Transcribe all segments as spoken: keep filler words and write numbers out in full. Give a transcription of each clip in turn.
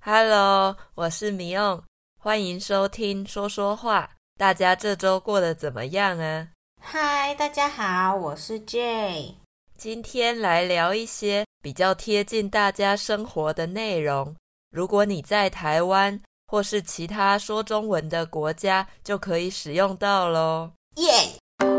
Hello，我是米翁，欢迎收听说说话。大家这周过得怎么样啊？ 嗨，大家好，我是 J。 今天来聊一些比较贴近大家生活的内容。如果你在台湾或是其他说中文的国家，就可以使用到咯。 耶！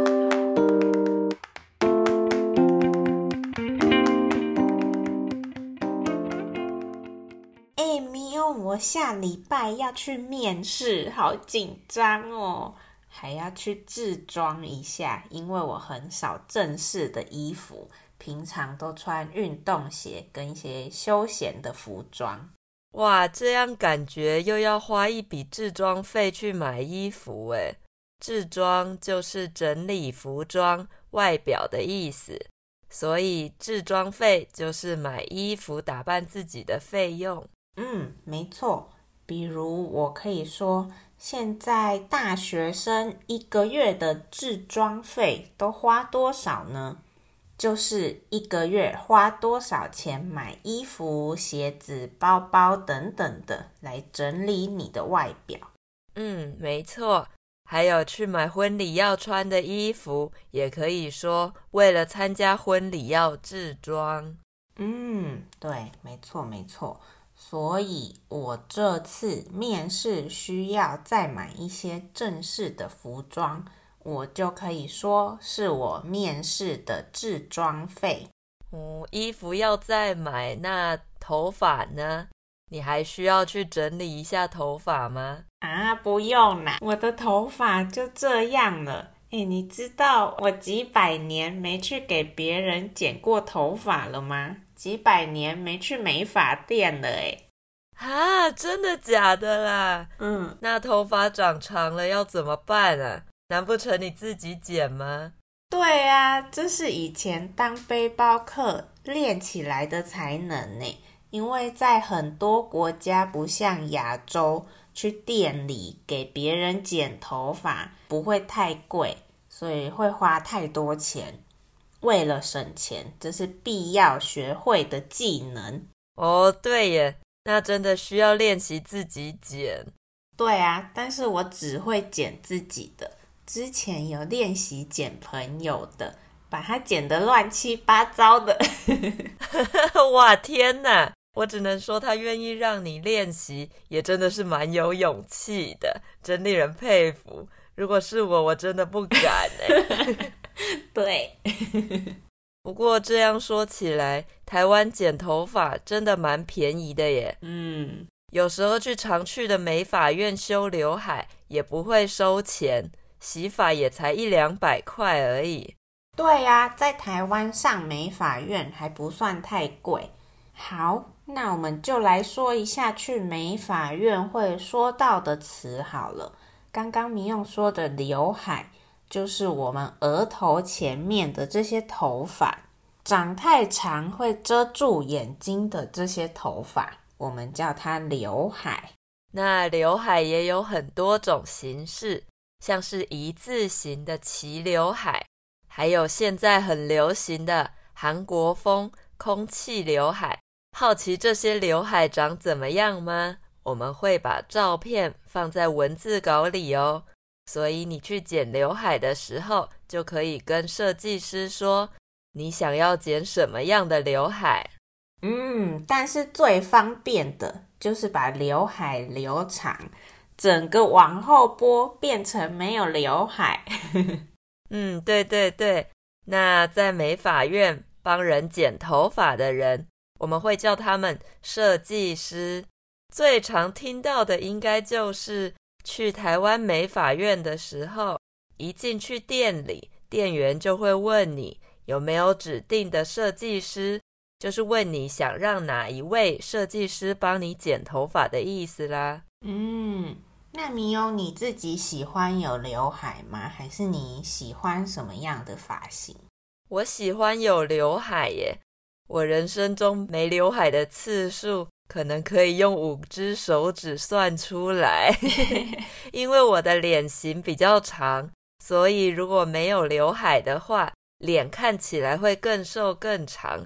哎，米欧，我下礼拜要去面试，好紧张哦，还要去制装一下，因为我很少正式的衣服，平常都穿运动鞋跟一些休闲的服装。 哇，这样感觉又要花一笔制装费去买衣服耶。制装就是整理服装外表的意思，所以制装费就是买衣服打扮自己的费用。 嗯，没错。比如我可以说，现在大学生一个月的制装费都花多少呢？就是一个月花多少钱买衣服、鞋子、包包等等的，来整理你的外表。 嗯，没错。还有去买婚礼要穿的衣服，也可以说为了参加婚礼要制装。 嗯，对，没错没错。所以我这次面试需要再买一些正式的服装，我就可以说是我面试的制装费。 嗯，衣服要再买，那头发呢？你还需要去整理一下头发吗？ 啊，不用啦，我的头发就这样了。诶，你知道我几百年没去给别人剪过头发了吗？几百年没去美发店了诶。 哈，真的假的啦？ 嗯， 那头发长长了要怎么办啊？难不成你自己剪吗？ 对啊，这是以前当背包客练起来的才能呢。因为在很多国家不像亚洲，去店里给别人剪头发不会太贵，所以会花太多钱。为了省钱，这是必要学会的技能。 哦，对耶，那真的需要练习自己剪。 对啊，但是我只会剪自己的，之前有练习剪朋友的，把它剪得乱七八糟的。 哇，天哪！我只能说他愿意让你练习，也真的是蛮有勇气的，真令人佩服。如果是我，我真的不敢耶。 对。 不过这样说起来，台湾剪头发真的蛮便宜的耶。 嗯， 有时候去常去的美发院修刘海也不会收钱，洗发也才一两百块而已。 对啊，在台湾上美发院还不算太贵。好，那我们就来说一下去美发院会说到的词好了。刚刚明用说的刘海，就是我们额头前面的这些头发，长太长会遮住眼睛的这些头发，我们叫它刘海。 那刘海也有很多种形式，像是一字形的齐刘海，还有现在很流行的韩国风空气刘海。好奇这些刘海长怎么样吗？我们会把照片放在文字稿里哦，所以你去剪刘海的时候，就可以跟设计师说你想要剪什么样的刘海。 嗯，但是最方便的就是把刘海留长，整个往后拨变成没有刘海。 嗯，对对对，那在美发院帮人剪头发的人，我们会叫他们设计师。最常听到的应该就是去台湾美发院的时候，一进去店里，店员就会问你有没有指定的设计师，就是问你想让哪一位设计师帮你剪头发的意思啦。 嗯，那米欧你自己喜欢有刘海吗？还是你喜欢什么样的发型？ 我喜欢有刘海耶，我人生中没刘海的次数可能可以用五只手指算出来。因为我的脸型比较长，所以如果没有刘海的话，脸看起来会更瘦更长。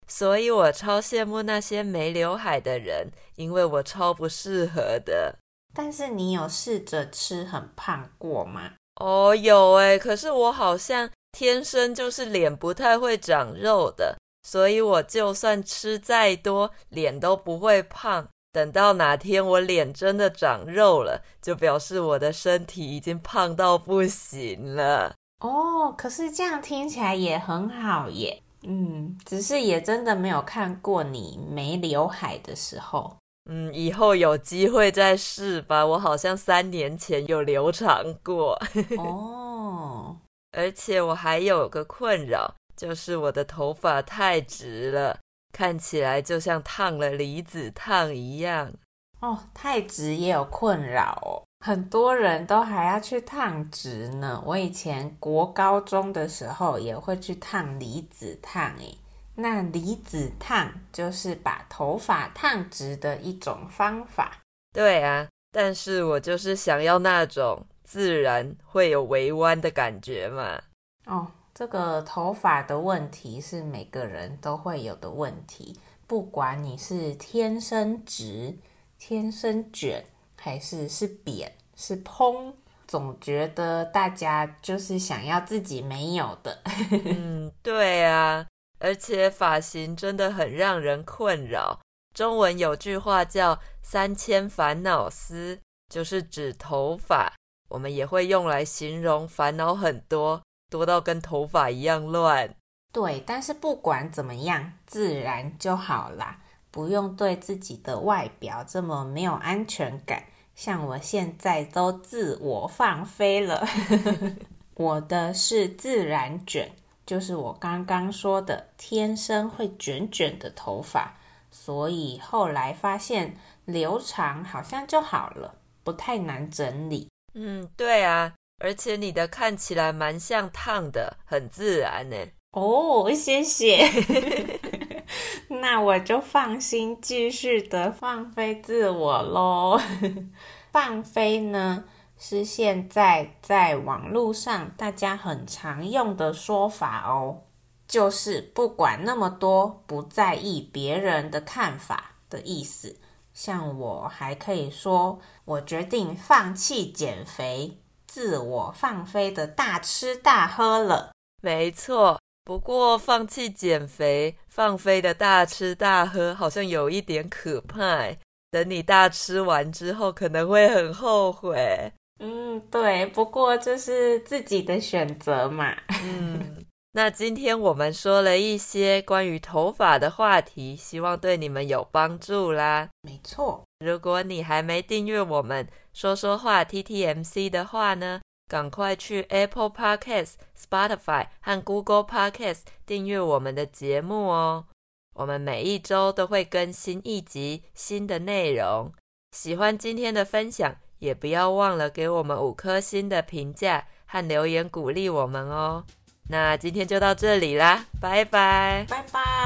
所以我超羡慕那些没刘海的人，因为我超不适合的。 但是你有试着吃很胖过吗？ 哦，有耶，可是我好像天生就是脸不太会长肉的，所以我就算吃再多，脸都不会胖。等到哪天我脸真的长肉了，就表示我的身体已经胖到不行了。 哦，可是这样听起来也很好耶。嗯，只是也真的没有看过你没刘海的时候。 嗯，以后有机会再试吧。我好像三年前有留长过。 哦， 而且我还有个困扰，就是我的头发太直了，看起来就像烫了离子烫一样。 哦，太直也有困扰哦。很多人都还要去烫直呢。我以前国高中的时候也会去烫离子烫诶。那离子烫就是把头发烫直的一种方法。 对啊，但是我就是想要那种自然会有微弯的感觉嘛。 哦，这个头发的问题是每个人都会有的问题，不管你是天生直、天生卷，还是是扁、是蓬，总觉得大家就是想要自己没有的。 嗯，对啊，而且发型真的很让人困扰。中文有句话叫三千烦恼丝，就是指头发，我们也会用来形容烦恼很多，多到跟头发一样乱。 对，但是不管怎么样，自然就好啦，不用对自己的外表这么没有安全感。像我现在都自我放飞了。我的是自然卷，就是我刚刚说的天生会卷卷的头发，所以后来发现留长好像就好了，不太难整理。 嗯，对啊，而且你的看起来蛮像烫的，很自然呢。 哦，谢谢。那我就放心继续的放飞自我咯。放飞呢，是现在在网络上大家很常用的说法哦，就是不管那么多，不在意别人的看法的意思。像我还可以说，我决定放弃减肥，自我放飞的大吃大喝了。 没错，不过放弃减肥，放飞的大吃大喝好像有一点可怕，等你大吃完之后可能会很后悔。 嗯，对，不过这是自己的选择嘛。 嗯，那今天我们说了一些关于头发的话题，希望对你们有帮助啦。 没错， 如果你还没订阅我们说说话 T T M C 的话呢，赶快去 Apple Podcast、Spotify 和 Google Podcast 订阅我们的节目哦。我们每一周都会更新一集新的内容。喜欢今天的分享，也不要忘了给我们五颗星的评价和留言鼓励我们哦。那今天就到这里啦，拜拜， 拜拜。